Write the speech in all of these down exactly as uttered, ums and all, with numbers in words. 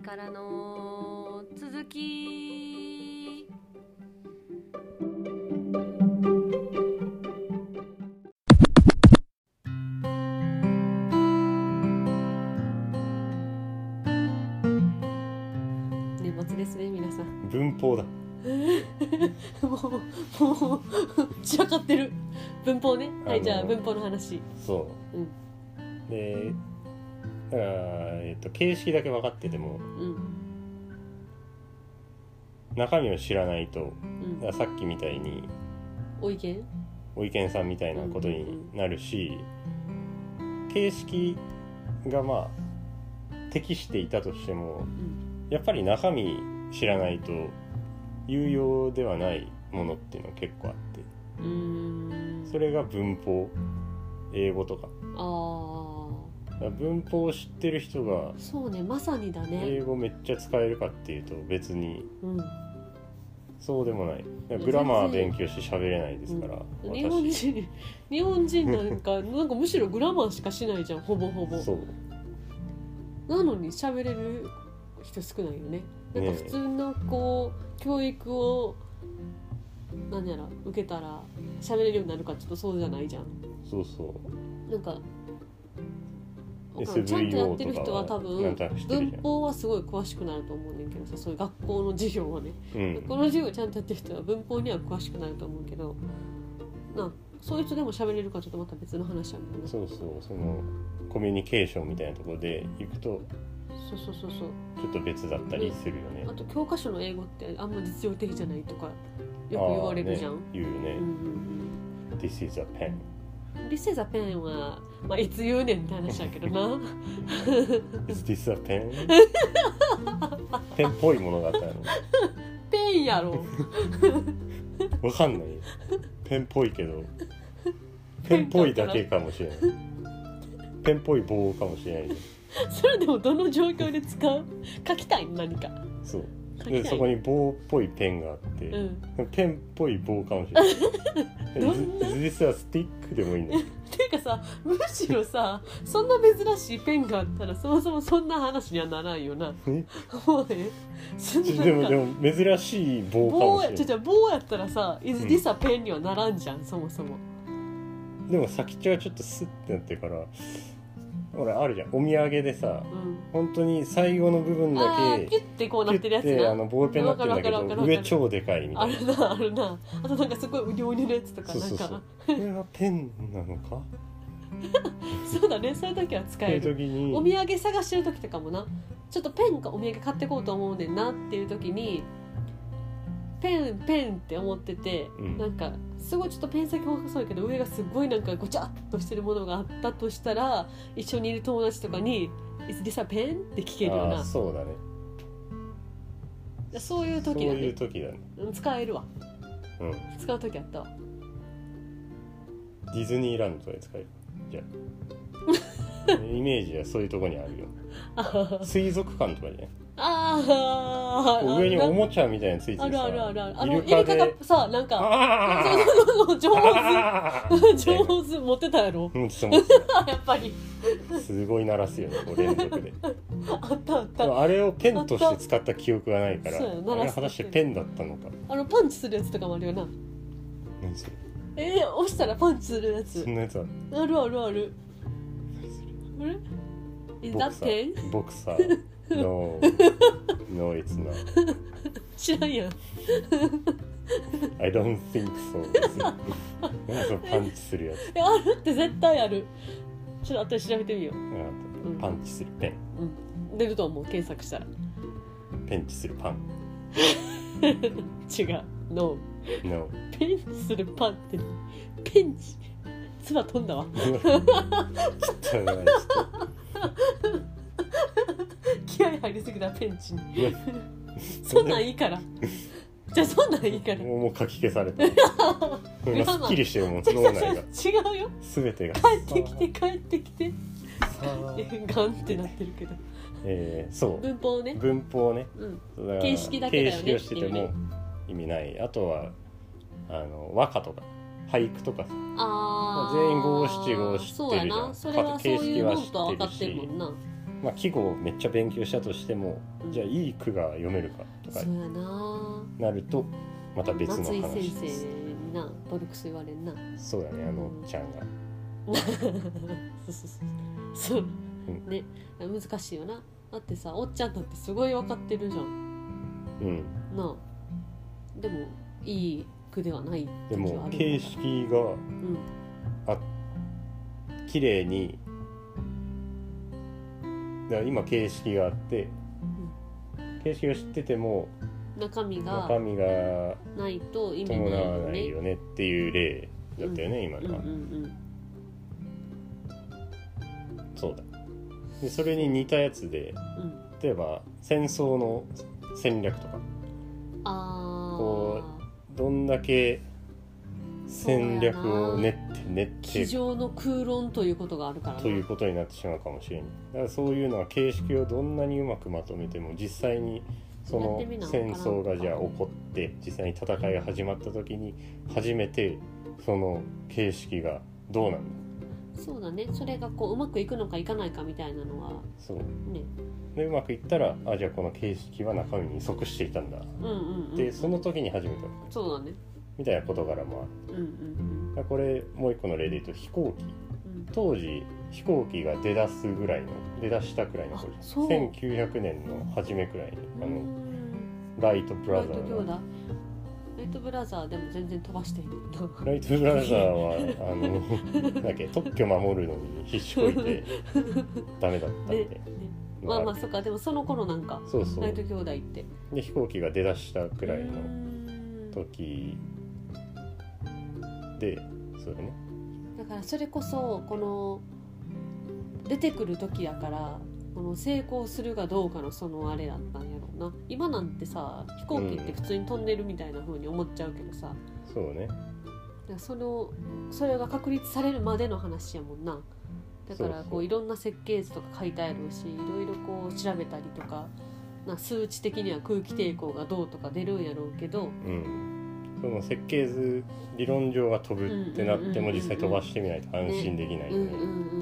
からの続き。年末ですね皆さん。 文法だもうもう散らかってる文法ね。はい、じゃあ文法の話。 そう、うん、でだから、えっと、形式だけ分かってても、うん、中身を知らないと、うん、だからさっきみたいにお意見お意見さんみたいなことになるし、うんうんうん、形式がまあ適していたとしても、うん、やっぱり中身知らないと有用ではないものっていうのが結構あって、うーん、それが文法、英語とか。ああ、文法を知ってる人がそうね、まさにだね。 英語めっちゃ使えるかっていうと別に、うん、そうでもない。グラマー勉強して喋れないですから、 うん、日本人日本人なんかなんかむしろグラマーしかしないじゃん、ほぼほぼ。そうなのに喋れる人少ないよね。なんか普通のこう、ね、教育を何やら受けたら喋れるようになるかちょっとそうじゃないじゃん。 そうそう。 なんかちゃんとやってる人は多分文法はすごい詳しくなると思うねんけどさ、そういう学校の授業はね、うん、この授業ちゃんとやってる人は文法には詳しくなると思うけどな、そいつでも喋れるかちょっとまた別の話あるもんね。 そうそう、そのコミュニケーションみたいなところで行くとそうそうそうそう、 ちょっと別だったりするよね。 あと教科書の英語ってあんま実用的じゃないとかよく言われるじゃん、 ね、言うよね、うんうん、This is a pen This is a pen は、まあ、いつ言うねんって話だけどな Is this a pen? ペンっぽいものがあったのペンやろわかんない、ペンっぽいけどペンっぽいだけかもしれないペンっぽい棒かもしれないそれでもどの状況で使う？書きたい何か。 そうでそこに棒っぽいペンがあって、うん、ペンっぽい棒かもしれない実はスティックでもいいんだていうかさ、むしろさそんな珍しいペンがあったらそもそもそんな話にはならんよな。えもうねでもでも珍しい棒かもしれない。 棒や、棒やったらさ Is this a pen にはならんじゃん、そもそも。 でも先っちょがちょっとスッてなってるからほらあるじゃん、お土産でさ、うん、本当に最後の部分だけピュッてこうなってるやつな、 あのボールペンになってるんだけど上超でかいみたいな。 あるなあるな。あとなんかすごいウニウニのやつとかなんかそうそうそうこれはペンなのかそうだね、そういう時は使える。お土産探してる時とかもな、ちょっとペンかお土産買ってこうと思うねんなっていう時にペンペンって思ってて、うん、なんかすごいちょっとペン先細いけど上がすごいなんかごちゃっとしてるものがあったとしたら一緒にいる友達とかに「Is this a pen?」って聞けるような。 あ、そうだね。 そういう時だね。 そういう時だね。 使えるわ、 うん、 使う時あったわ。 ディズニーランドとかで使えるじゃあイメージはそういうとこにあるよ水族館とかじゃない。 ああ、 上におもちゃみたいについてさ、 あるあるあるある、あのイルカがさ、なんか上手上手持ってたやろ。 持ってた持ってたやっぱりすごい鳴らすよね、こう連続であったあった。 でもあれをペンとして使った記憶がないから、あれ果たしてペンだったのか。 あのパンチするやつとかもあるよな。 何それ。 えー、押したらパンチするやつ。 そんなやつある。 あるあるある。あれ Is that pen? ボクサーNo, no, it's not. 知らんやん。 I don't think so. なんかパンチするやつ。 あるって絶対ある。ちょっと後で調べてみよう。 うん、パンチするペン、 うん。出ると思う、検索したら。 ペンチするパン。 違う。No. No. ペンチするパンってペンチ。唾飛んだわ。ちょっとない。 気合入りすぎたペンチにそんなんいいからじゃあそんなんいいからもう、もう書き消された今すっきりしてるもん脳内が違うよ、 全てが帰ってきて帰ってきてガンってなってるけど、 えー、そう文法ね文法ね、 うん、だから形式だけだよね。 形式をしてても意味ない。あとはあの和歌とか俳句とかさ、 あ全員五七五知ってるじゃん。 そうやな、それはそういうもんとは分かってるもんな。 まあ、季語をめっちゃ勉強したとしても、うん、じゃあいい句が読めるかとかそうやななるとまた別の話です。 松井先生になボルクス言われんな。 そうだね、あの、うん、ちゃんがそうそうそうそう、うん、ね、難しいよな。だってさ、おっちゃんだってすごい分かってるじゃん。うんなあ、でもいい句ではない時はある。でも形式が、うん、あ綺麗にだから今形式があって、うん、形式を知ってても中身が中身がないと意味伴わないよねっていう例だったよね、うん、今のは、うんうんうん、そうだ。でそれに似たやつで、うん、例えば戦争の戦略とか、あこうどんだけ戦略を練って練って机上の空論ということがあるからということになってしまうかもしれない。だからそういうのは形式をどんなにうまくまとめても実際にその戦争がじゃあ起こって実際に戦いが始まった時に初めてその形式がどうなんだ。 そうだね、それがこううまくいくのかいかないかみたいなのはそう、ね、でうまくいったらあじゃあこの形式は中身に即していたんだ、うんうんうん、でその時に初めてそうだねみたいな事柄もある、うんうん、これもう一個の例で言うと飛行機、うん、当時飛行機が出だすぐらいの出だしたくらいの頃せんきゅうひゃくねんの初めくらいにあのライトブラザーがライトブラザーでも全然飛ばしているライトブラザーはあのなんだっけ特許守るのに必死こいてダメだったんで、ねね、 まあまあそっか。でもその頃なんかそうそうライト兄弟ってで飛行機が出だしたくらいの時でそうだね。 だからそれこそこの出てくる時やからこの成功するかどうかのそのあれだったんやろうな。今なんてさ飛行機って普通に飛んでるみたいな風に思っちゃうけどさ、 うん、そうね。だからそのそれが確立されるまでの話やもんな。だからこういろんな設計図とか書いてあるしいろいろこう調べたりとかな数値的には空気抵抗がどうとか出るんやろうけど、うん、 その設計図理論上は飛ぶってなっても実際飛ばしてみないと安心できないよね。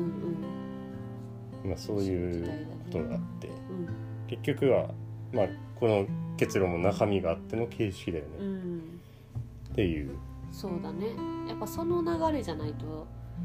まあそういうことがあって、うん、結局はまあこの結論も中身があっての形式だよね、うん、っていう。 そうだね。やっぱその流れじゃないと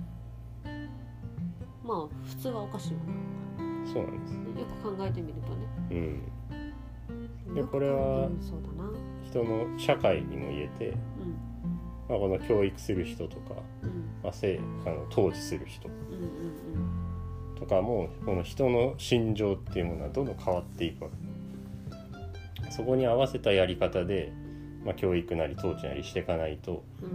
まあ普通はおかしいよな。 そうなんです。 よく考えてみるとね。 うん。でこれは人の社会にも言えて、うんまあ、この教育する人とか、うんまあ、せあの統治する人、うんうんうん、とかもこの人の心情っていうものはどんどん変わっていくわけ。そこに合わせたやり方で、まあ、教育なり統治なりしていかないと、うん、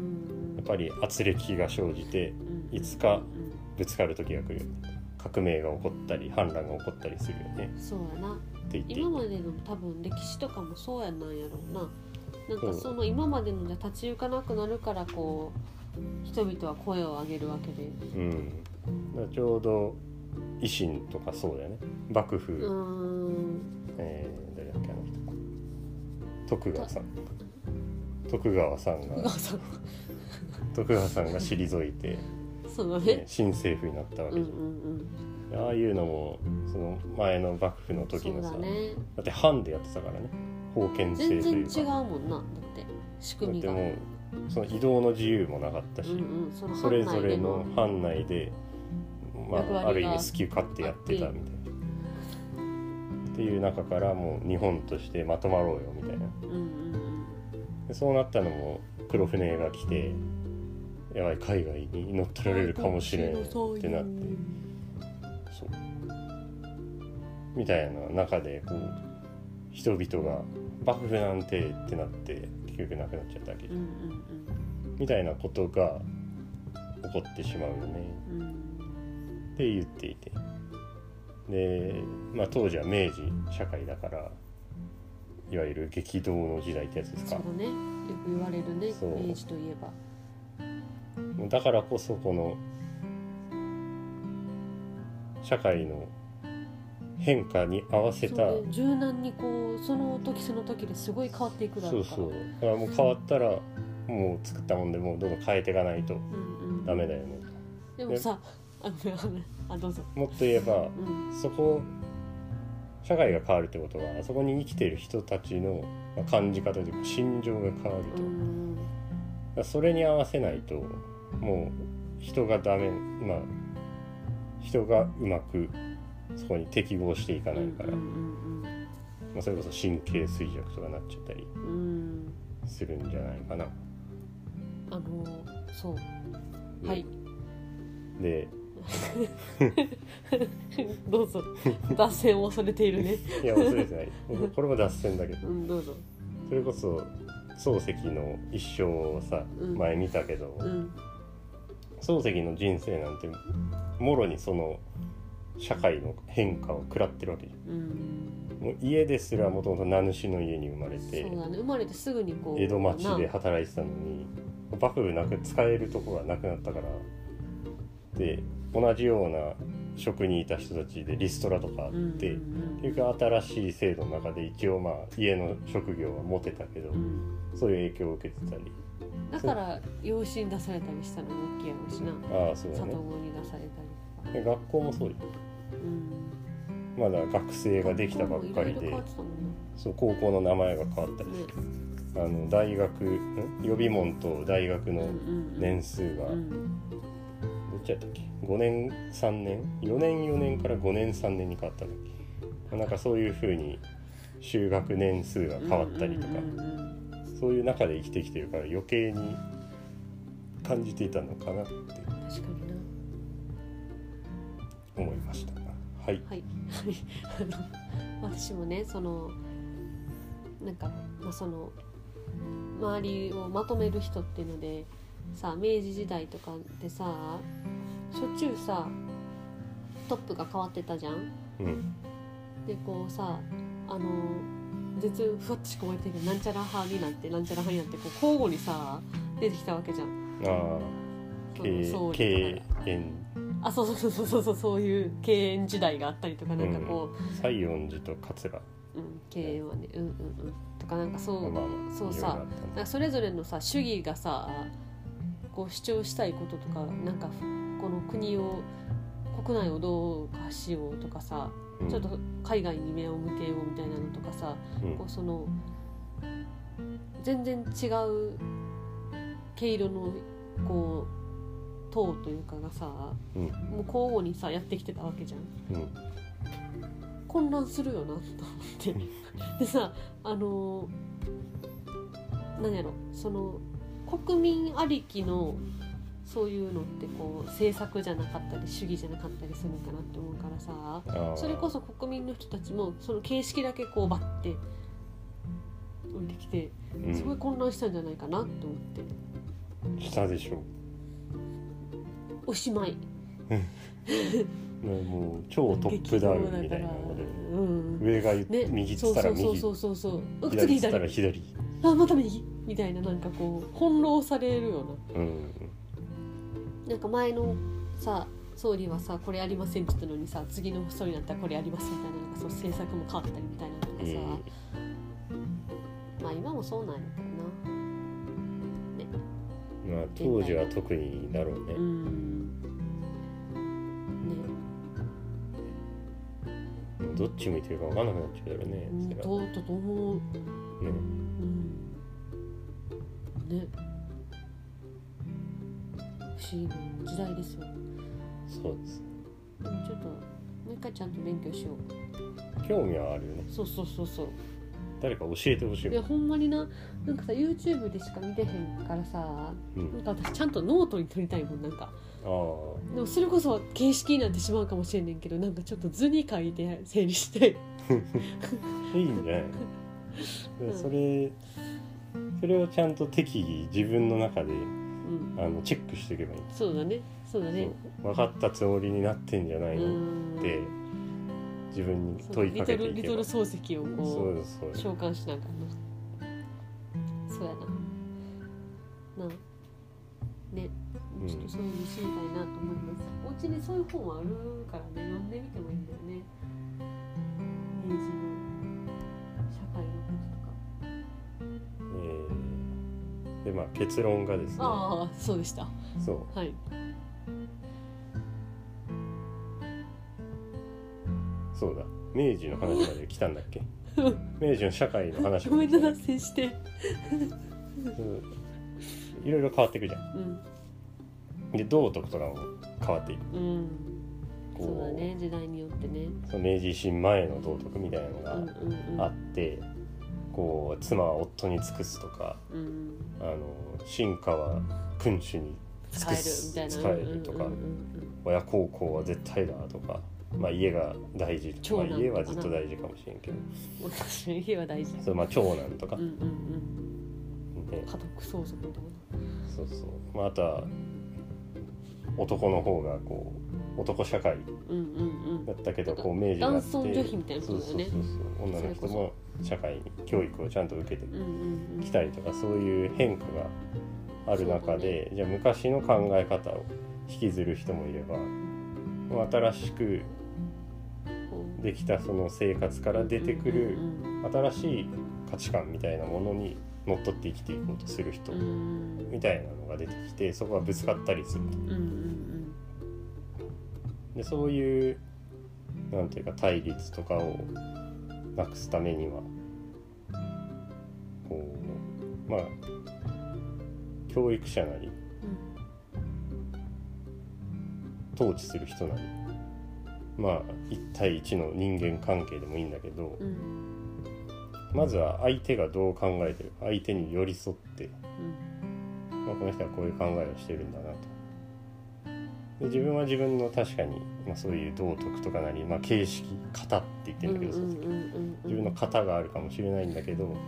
やっぱり圧力が生じて、うん、いつかぶつかる時が来るよね。革命が起こったり反乱が起こったりするよね。 そうやな。って言って今までの多分歴史とかもそうやなんやろうな。なんかその今までのじゃ立ち行かなくなるからこう人々は声を上げるわけで、うん、 だちょうど維新とかそうだよね。幕府、うーん、えー、誰だっけあの人徳川さん徳川さんが徳川さんが退いてそうだね、ね、新政府になったわけじゃん、うんうんうん、ああいうのもその前の幕府の時のさ、だね、だって藩でやってたからね。封建制というか全然違うもんな。だって仕組みがだってもうその移動の自由もなかったし、うんうん、そ, それぞれの藩内で、まあ、ある意味好き勝手やってたみたいなっていう中からもう日本としてまとまろうよみたいな、うんうん、でそうなったのも黒船が来てやばい海外に乗っ取られるかもしれんってなってそうみたいな中でこう人々が幕府なんてってなって結局なくなっちゃったわけじゃん、うんうんうん、みたいなことが起こってしまうよね、うん、って言っていてで、まあ、当時は明治社会だからいわゆる激動の時代ってやつですか。 そうだね、よく言われるね。明治といえばだからこそこの社会の変化に合わせた、ね、 柔軟にこうその時その時ですごい変わっていくだろうから。 そうそう。だからもう変わったらもう作ったもんでもうどんどん変えていかないとダメだよね。 うんうん、でもさ、あのあどうぞ。 もっと言えば、うん、そこ社会が変わるってことはそこに生きている人たちの感じ方というか心情が変わると、うん、だそれに合わせないともう人がダメ、まあ人がうまくそこに適合していかないから、うんうんうんまあ、それこそ神経衰弱とかなっちゃったりするんじゃないかな、 うん、あのそうはいでどうぞ脱線を恐れているねいや恐れてないこれも脱線だけど、 うん、どうぞそれこそ漱石の一生をさ、うん、前見たけど、うん、漱石の人生なんてもろにその社会の変化を食らってるわけじゃん、うん、もう家ですらもともと名主の家に生まれてそうだ、ね、生まれてすぐにこう江戸町で働いてたのに幕府なく使えるとこがなくなったからで同じような職にいた人たちでリストラとかあって、うんうんうん、っていうか新しい制度の中で一応まあ家の職業は持てたけど、うん、そういう影響を受けてたりだから養子に出されたりしたのも大きいやろうしなああそうだね里子に出されたりとかで学校もそうよ、うん、まだ学生ができたばっかりで、ね、そう高校の名前が変わったりして、ね、あの大学予備門と大学の年数が、うんうんうんどっちやったっけごねんさんねんよねんよねんからごねんさんねんに変わったんだっけなんかそういう風に就学年数が変わったりとか、うんうんうんうん、そういう中で生きてきてるから余計に感じていたのかなって確かにな思いましたはい、 はい、私もねそのなんか、まあ、その周りをまとめる人っていうのでさ明治時代とかでさしょっちゅうさトップが変わってたじゃん、うん、でこうさあの全然ふわっとしか思えてるけどなんちゃら派になってなんちゃら派になってこう交互にさ出てきたわけじゃんああ敬遠あそうそうそうそうそうそういう敬遠時代があったりとかなんかこう、 うん、西園寺と桂うん敬遠はねうんうんうんとかなんかそう、まあまあ、そうさなんかそれぞれのさ主義がさこう主張したいこととかなんかこの国を国内をどうかしようとかさ、うん、ちょっと海外に目を向けようみたいなのとかさ、うん、こうその全然違う毛色のこう党というかがさ、うん、もう交互にさやってきてたわけじゃん、うん、混乱するよなと思ってでさあの何やろその国民ありきのそういうのってこう政策じゃなかったり主義じゃなかったりするのかなって思うからさそれこそ国民の人たちもその形式だけこうバッて降りてきてすごい混乱したんじゃないかなって思って、 うん、したでしょおしまいもう超トップダウンみたいなので、うん、上が、ね、右っつったら右そうそうそうそうそう左っつったら左あまた右みたいななんかこう翻弄されるような、うん、なんか前のさ総理はさこれやりませんって言ったのにさ次の総理になったらこれやりますみたいな、 なんかそう政策も変わったりみたいなのがさ、うん、まあ今もそうなんやけどな、ね、 まあ当時は特にだろうね、うんどっち向いてるか分かんなくなっちゃうだろうね。 うん、どうだと思う。ね。うん、ね。不思議な時代ですよ。 そうです。 でもちょっともう一回ちゃんと勉強しよう。興味はあるよね。 そうそうそうそう。 誰か教えてほしい。 いやほんまにな、なんかさ YouTube でしか見てへんからさ、うん、なんか私ちゃんとノートに取りたいもんなんか。あでもそれこそ形式になってしまうかもしれんねんけどなんかちょっと図に書いて整理していいんじゃない、うん、それそれをちゃんと適宜自分の中で、うん、あのチェックしていけばいい。 そうだねそうだね分かったつもりになってんじゃないのって自分に問いかけていけばリトル漱石をこう召喚しながらなそうやななねちょっとそういうの知りたいなと思います。お家にそういう本はあるからね読んでみてもいいんだよね。明治の社会のこととか、 えー、でまあ結論がですねああそうでしたそうはいそうだ明治の話まで来たんだっけ明治の社会の話ごめんな脱線していろいろ変わっていくじゃん、うん、で道徳とかも変わっていく、うん、 そうだね時代によってねその明治維新前の道徳みたいなのがあって、うんうんうん、こう妻は夫に尽くすとか、うん、あの臣下は君主に尽くす使えるみたいな使えるとか、うんうんうんうん、親孝行は絶対だとか、まあ、家が大事とか、まあ、家はずっと大事かもしれんけど私の家は大事そう、まあ、長男とか、うんうんうん、家族相続みたいなそうそう、まあ、あとは男の方がこう男社会だったけど、うんうんうん、こう明治になって男尊女卑みたいなことだよね。 そうそうそう女の人も社会に教育をちゃんと受けてきたりとか、そういう変化がある中で、ね、じゃあ昔の考え方を引きずる人もいれば、新しくできたその生活から出てくる新しい価値観みたいなものにのっとって生きていこうとする人みたいなのが出てきて、そこがぶつかったりすると、うんうんうん、でそういうなんていうか対立とかをなくすためにはこうまあ教育者なり、うん、統治する人なり、まあ一対一の人間関係でもいいんだけど、うん、まずは相手がどう考えてるか、相手に寄り添って、うんまあ、この人はこういう考えをしてるんだなと。で自分は自分の確かに、まあ、そういう道徳とかなり、まあ、形式型って言ってるんだけど、うんうんうんうん、自分の型があるかもしれないんだけど、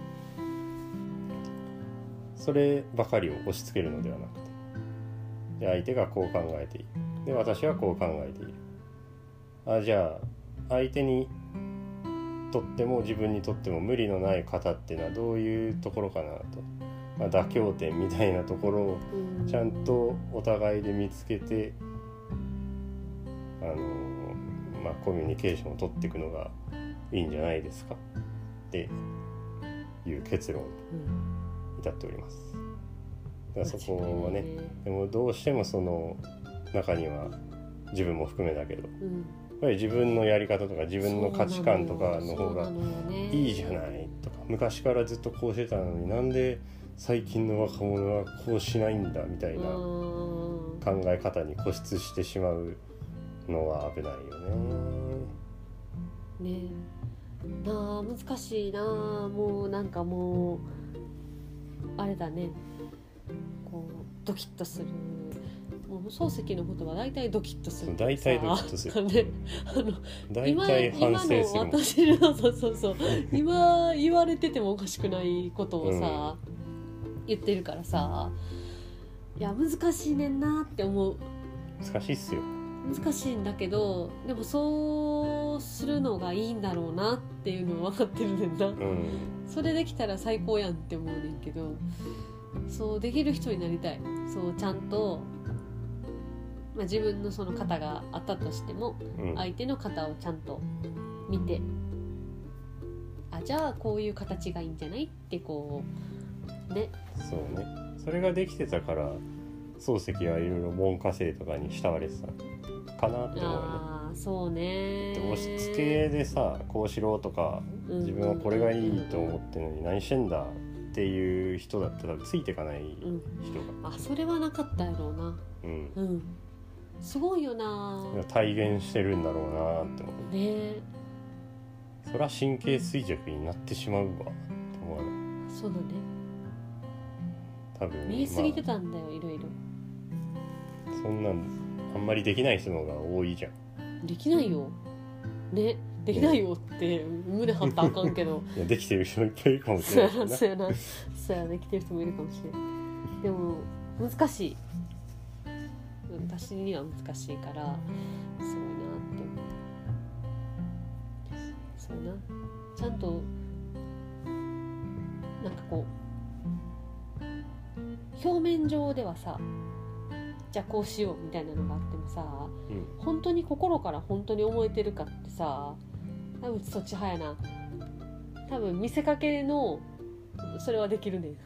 そればかりを押し付けるのではなくて、で相手がこう考えている、で私はこう考えている、あじゃあ相手にとっても自分にとっても無理のない型っていうのはどういうところかなと、まあ、妥協点みたいなところをちゃんとお互いで見つけて、あのまあ、コミュニケーションを取っていくのがいいんじゃないですかっていう結論に至っております。だからそこはね、でもどうしてもその中には自分も含めだけど、うん、やっぱり自分のやり方とか自分の価値観とかの方がいいじゃないとか、昔からずっとこうしてたのになんで最近の若者はこうしないんだみたいな考え方に固執してしまうのは危ないよね。ねえなあ難しいなあ。もうなんかもうあれだね、こうドキッとする。もう漱石の言葉大体ドキッとする。 大体ドキッとする。 ね、あの大体反省するもん。 今の私のそうそうそう今言われててもおかしくないことをさ、うん、言ってるからさ、いや難しいねんなって思う。 難しいっすよ。 難しいんだけど、でもそうするのがいいんだろうなっていうのは分かってるねんな、うん、それできたら最高やんって思うねんけど、そうできる人になりたい。そうちゃんと、まあ、自分のその型があったとしても、うん、相手の型をちゃんと見て、あじゃあこういう形がいいんじゃないってこうね。 そうね、それができてたから漱石はいろいろ門下生とかに慕われてたかなって思うよね。 あそうね。 で押し付けでさ、こうしろとか、自分はこれがいいと思ってるのに何してんだっていう人だったらついていかない人が、うん、あそれはなかったやろうな。うん、うん、すごいよな。 体現してるんだろうなって思うね。 そりゃ神経衰弱になってしまうわって思わない？ そうだね。 多分見えすぎてたんだよ、まあ、いろいろ。 そんなんあんまりできない人の方が多いじゃん。 できないよね、できないよって胸張ったらあかんけどいやできてる人もいっぱいいるかもしれないな。 そうやな、そうやな、できてる人もいるかもしれない。でも難しい、私には難しいからすごいなって思う。そうな、ちゃんとなんかこう表面上ではさ、じゃあこうしようみたいなのがあってもさ、うん、本当に心から本当に思えてるかってさ、多分そっち派やな。多分見せかけのそれはできるねん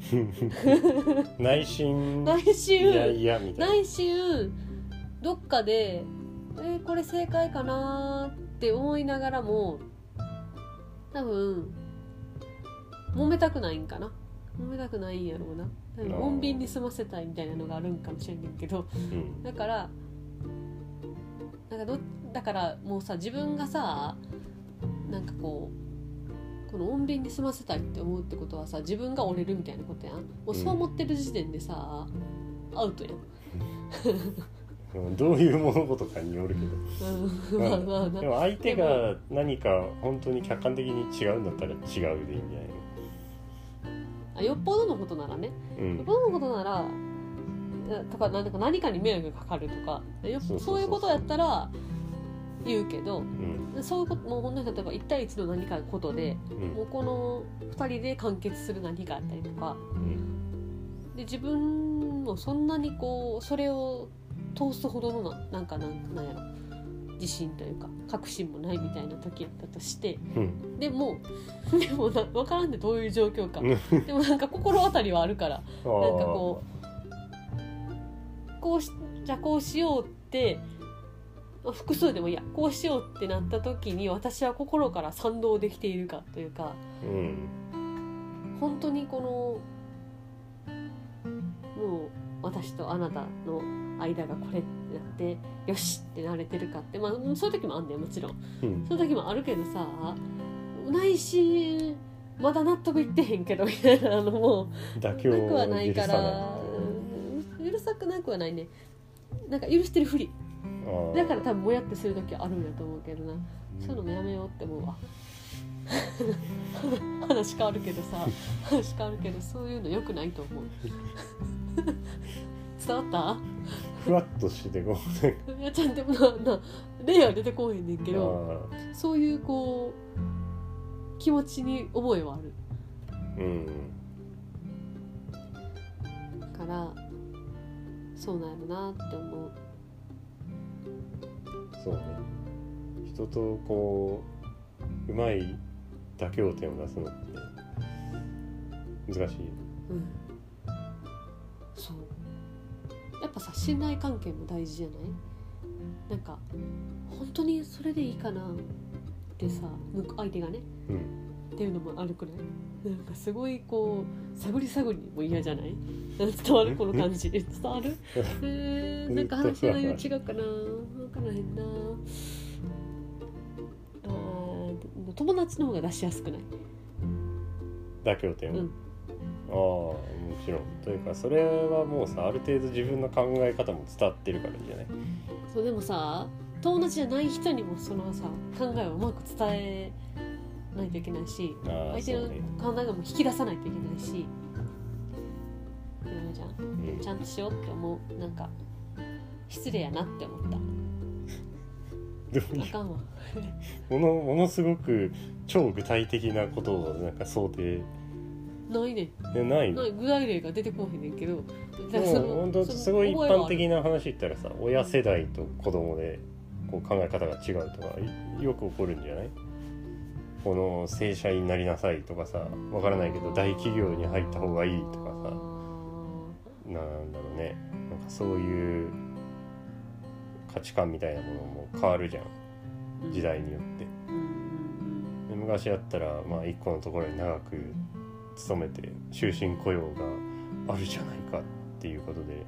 内心内心いやいやみたいな、 内心どっかでえー、これ正解かなっって思いながらも多分揉めたくないんかな揉めたくないんやろうな多分穏便に済ませたいみたいなのがあるんかもしれないけど、うん、だからなんかどだからもうさ自分がさなんかこうこの穏便に済ませたいって思うってことはさ自分が折れるみたいなことやんもうそう思ってる時点でさ、うん、アウトやんどういう物事かによるけど、うんまあまあ、でも相手が何か本当に客観的に違うんだったら違うでいいんじゃないのあよっぽどのことならね、うん、よっぽどのことならとか何か何かに迷惑がかかるとかよそう, そういうことやったら言うけど、うん、そういうこともう本当に例えばいち対いちの何かのことで、うん、もうこのふたりで完結する何かあったりとか、うん、で自分もそんなにこうそれを通すほどのななんかなんなんやろ自信というか確信もないみたいな時やったとして、うん、でもでもな分からんでどういう状況かでもなんか心当たりはあるからなんかこうこうしじゃあこうしようって複数でもいいやこうしようってなった時に私は心から賛同できているかというか、うん、本当にこのもう私とあなたの間がこれってなってよしってなれてるかってまあそういう時もあんだよもちろん、うん、そういう時もあるけどさないしまだ納得いってへんけどみたいなのもなくはないから許さくなくはないねなんか許してるふりだから多分もやってする時あるんやと思うけどな、うん、そういうのもやめようって思うわ話変わるけどさ話変わるけどそういうの良くないと思う伝わったふわっとしてごめんいやちゃんとなな例は出てこへんねんけどそういうこう気持ちに覚えはある、うん、からそうなんやろなって思うそうね人とこううまい妥協点を出すのって難しい、うん、 そうやっぱさ信頼関係も大事じゃないなんか本当にそれでいいかなってさ相手がね、うん、っていうのもあるくないなんかすごいこう探り探りも嫌じゃない伝わるこの感じ伝わるえー、なんか話の内容違うかな分からへんなあ友達の方が出しやすくない妥協点、うん、ああもちろんというかそれはもうさある程度自分の考え方も伝わってるからいいんじゃないそうでもさ友達じゃない人にもそのさ考えをうまく伝えないといけないし相手の考えも引き出さないといけないしじゃん、うん、ちゃんとしようって思うなんか失礼やなって思ったあかんわもの、ものすごく超具体的なことをなんか想定ないねんないない具体例が出てこへんねんけどでも本当すごい一般的な話言ったらさ親世代と子供でこう考え方が違うとかよく起こるんじゃないこの正社員になりなさいとかさわからないけど大企業に入った方がいいとかさなんだろうねなんかそういう価値観みたいなものも変わるじゃん時代によってで昔だったらまあ一個のところに長く勤めて終身雇用があるじゃないかっていうことで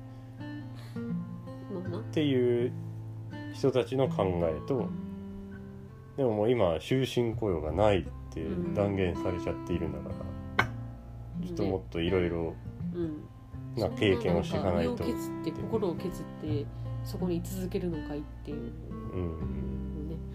っていう人たちの考えとでももう今終身雇用がないって断言されちゃっているんだから、うん、きっともっといろいろな経験をしていかないと、 身を削って心を削ってそこに居続けるのかいっていう、うんね、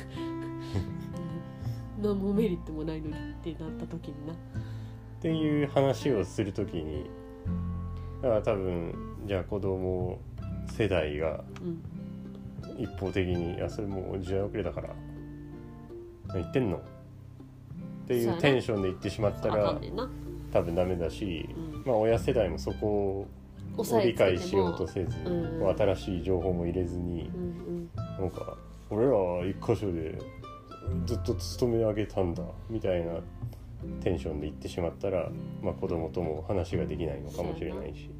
何もメリットもないのにってなった時になっていう話をするときにだから多分じゃあ子供世代が一方的に、うん、いやそれもう時代遅れだから言ってんのっていうテンションで言ってしまったら多分ダメだし、うんまあ、親世代もそこを理解しようとせず、うん、新しい情報も入れずに、うんうん、なんか俺らは一箇所でずっと勤め上げたんだみたいなテンションで言ってしまったら、まあ、子供とも話ができないのかもしれないし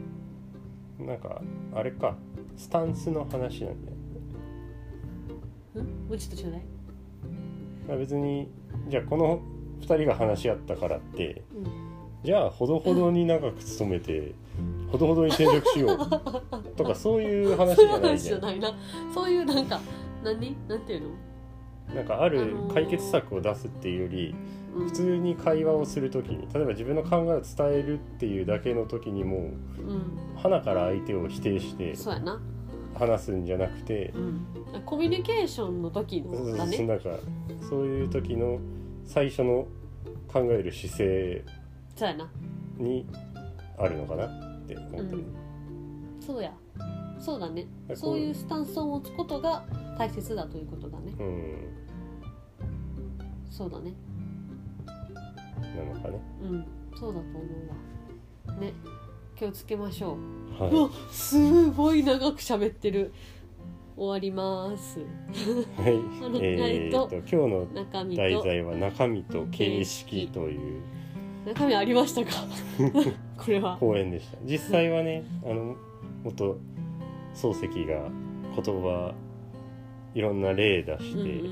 なんかあれかスタンスの話なんだようちょっとちょうだい。 まあ、別にじゃあこのふたりが話し合ったからって、うん、じゃあほどほどに長く勤めてほどほどに転職しようとかそういう話じゃないじゃん。 そういう話じゃないな。そういうなんか何なんていうの、 なんかある解決策を出すっていうより、あのー、普通に会話をするときに例えば自分の考えを伝えるっていうだけのときにも、うん、鼻から相手を否定してそうやな話すんじゃなくて、 うん、コミュニケーションの時のだね。 なんかそういう時の最初の考える姿勢にあるのかなって思った、うん、 そうやそうだね。そういうスタンスを持つことが大切だということだね、うん、そうだねなのかね。 うんそうだと思うわね。気をつけましょう、はい、うわすごい長く喋ってる。終わりますはい、えー、と今日の題材は中身と形式という中身ありましたかこれは講演でした。実際はねあの元漱石が言葉いろんな例出して、うんうんうん、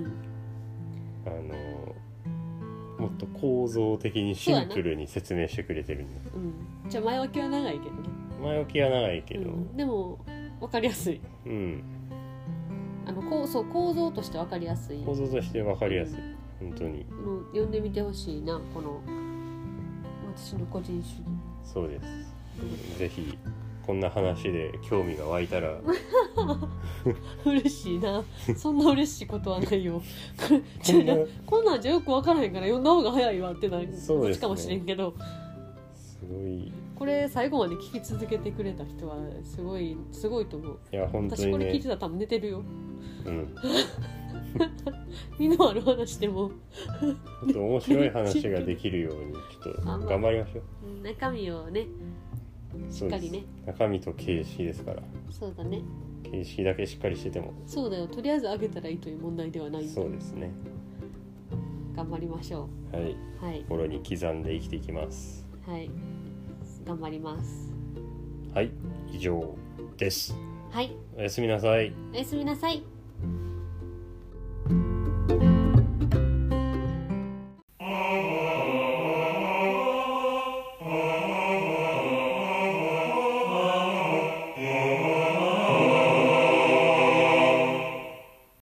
あのもっと構造的にシンプルに説明してくれてるんだ、 うん、じゃあ前置きは長いけどね。 前置きは長いけど、 うん、でも分かりやすい、うん、あのこうそう構造として分かりやすい構造として分かりやすい、うん、本当にもう読んでみてほしいなこの私の個人主義。 そうです、うん、ぜひこんな話で興味が湧いたら嬉しいな。そんな嬉しいことはないよこんなこんなんじゃよく分からへんから読んだ方が早いわってなる、そうですね、こっちかもしれんけどすごいこれ最後まで聞き続けてくれた人はすごいすごいと思う。 いや本当に、ね、 私これ聞いてたら多分寝てるよ、 うん、 身のある話でももっと面白い話ができるようにちょっと頑張りましょう。中身をねしっかりね。 中身と形式ですから。 そうだね。 形式だけしっかりしててもそうだよ。とりあえず上げたらいいという問題ではないんだ。 そうですね。 頑張りましょう。はい、はい、心に刻んで生きていきます。 はい、頑張ります。 はい、以上です。 はい、 おやすみなさい。 おやすみなさい。